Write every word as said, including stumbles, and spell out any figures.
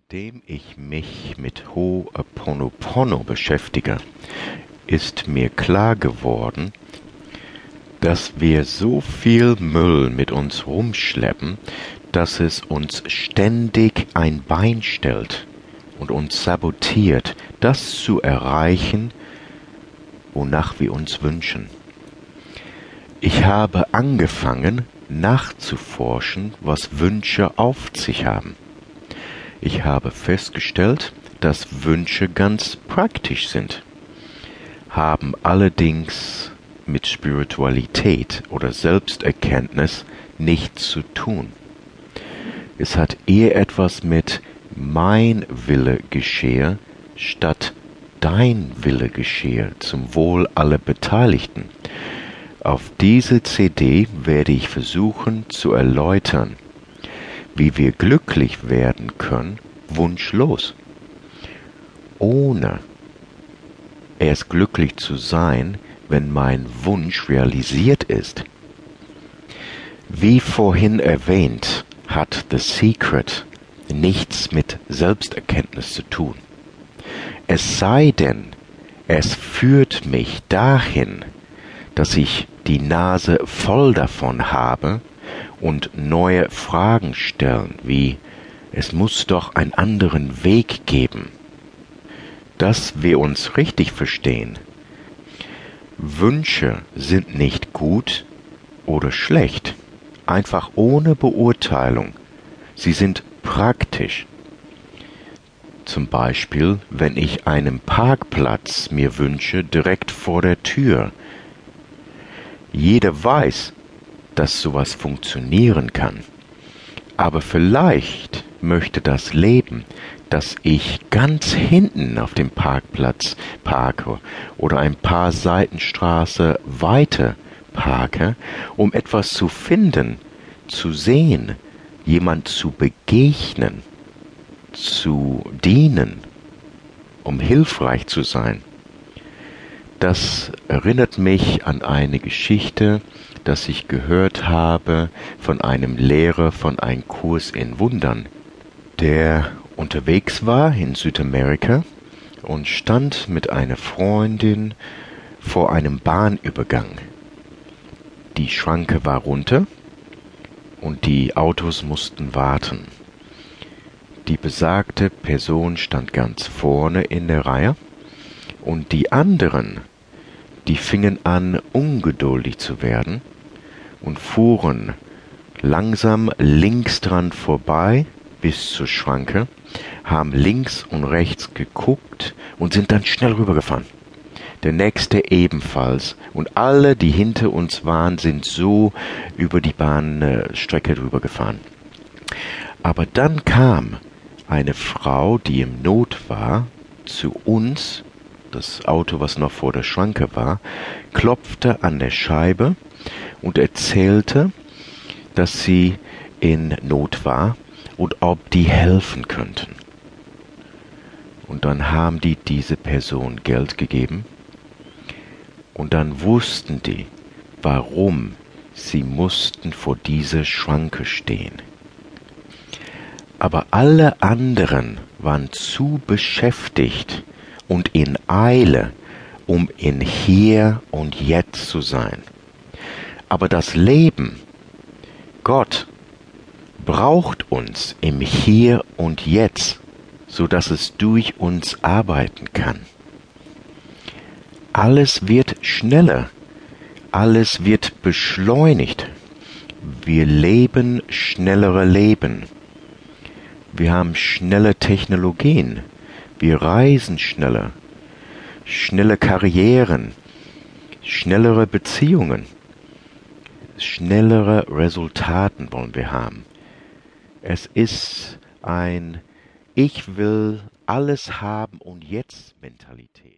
Seitdem ich mich mit Ho'oponopono beschäftige, ist mir klar geworden, dass wir so viel Müll mit uns rumschleppen, dass es uns ständig ein Bein stellt und uns sabotiert, das zu erreichen, wonach wir uns wünschen. Ich habe angefangen, nachzuforschen, was Wünsche auf sich haben. Ich habe festgestellt, dass Wünsche ganz praktisch sind, haben allerdings mit Spiritualität oder Selbsterkenntnis nichts zu tun. Es hat eher etwas mit mein Wille geschehe statt dein Wille geschehe zum Wohl aller Beteiligten. Auf diese C D werde ich versuchen zu erläutern, wie wir glücklich werden können, wunschlos, ohne erst glücklich zu sein, wenn mein Wunsch realisiert ist. Wie vorhin erwähnt, hat The Secret nichts mit Selbsterkenntnis zu tun. Es sei denn, es führt mich dahin, dass ich die Nase voll davon habe und neue Fragen stellen, wie es muss doch einen anderen Weg geben. Dass wir uns richtig verstehen. Wünsche sind nicht gut oder schlecht, einfach ohne Beurteilung. Sie sind praktisch. Zum Beispiel, wenn ich einen Parkplatz mir wünsche, direkt vor der Tür. Jeder weiß, dass sowas funktionieren kann. Aber vielleicht möchte das Leben, dass ich ganz hinten auf dem Parkplatz parke oder ein paar Seitenstraße weiter parke, um etwas zu finden, zu sehen, jemand zu begegnen, zu dienen, um hilfreich zu sein. Das erinnert mich an eine Geschichte, das ich gehört habe von einem Lehrer von einem Kurs in Wundern, der unterwegs war in Südamerika und stand mit einer Freundin vor einem Bahnübergang. Die Schranke war runter und die Autos mussten warten. Die besagte Person stand ganz vorne in der Reihe und die anderen, die fingen an, ungeduldig zu werden und fuhren langsam links dran vorbei bis zur Schranke, haben links und rechts geguckt und sind dann schnell rübergefahren. Der nächste ebenfalls und alle, die hinter uns waren, sind so über die Bahnstrecke rübergefahren. Aber dann kam eine Frau, die im Not war, zu uns, das Auto, was noch vor der Schranke war, klopfte an der Scheibe und erzählte, dass sie in Not war und ob die helfen könnten. Und dann haben die diese Person Geld gegeben und dann wussten die, warum sie mussten vor dieser Schranke stehen. Aber alle anderen waren zu beschäftigt und in Eile, um in Hier und Jetzt zu sein. Aber das Leben, Gott, braucht uns im Hier und Jetzt, so dass es durch uns arbeiten kann. Alles wird schneller, alles wird beschleunigt. Wir leben schnellere Leben. Wir haben schnelle Technologien. Wir reisen schneller. Schnelle Karrieren. Schnellere Beziehungen. Schnellere Resultaten wollen wir haben. Es ist ein Ich will alles haben und jetzt Mentalität.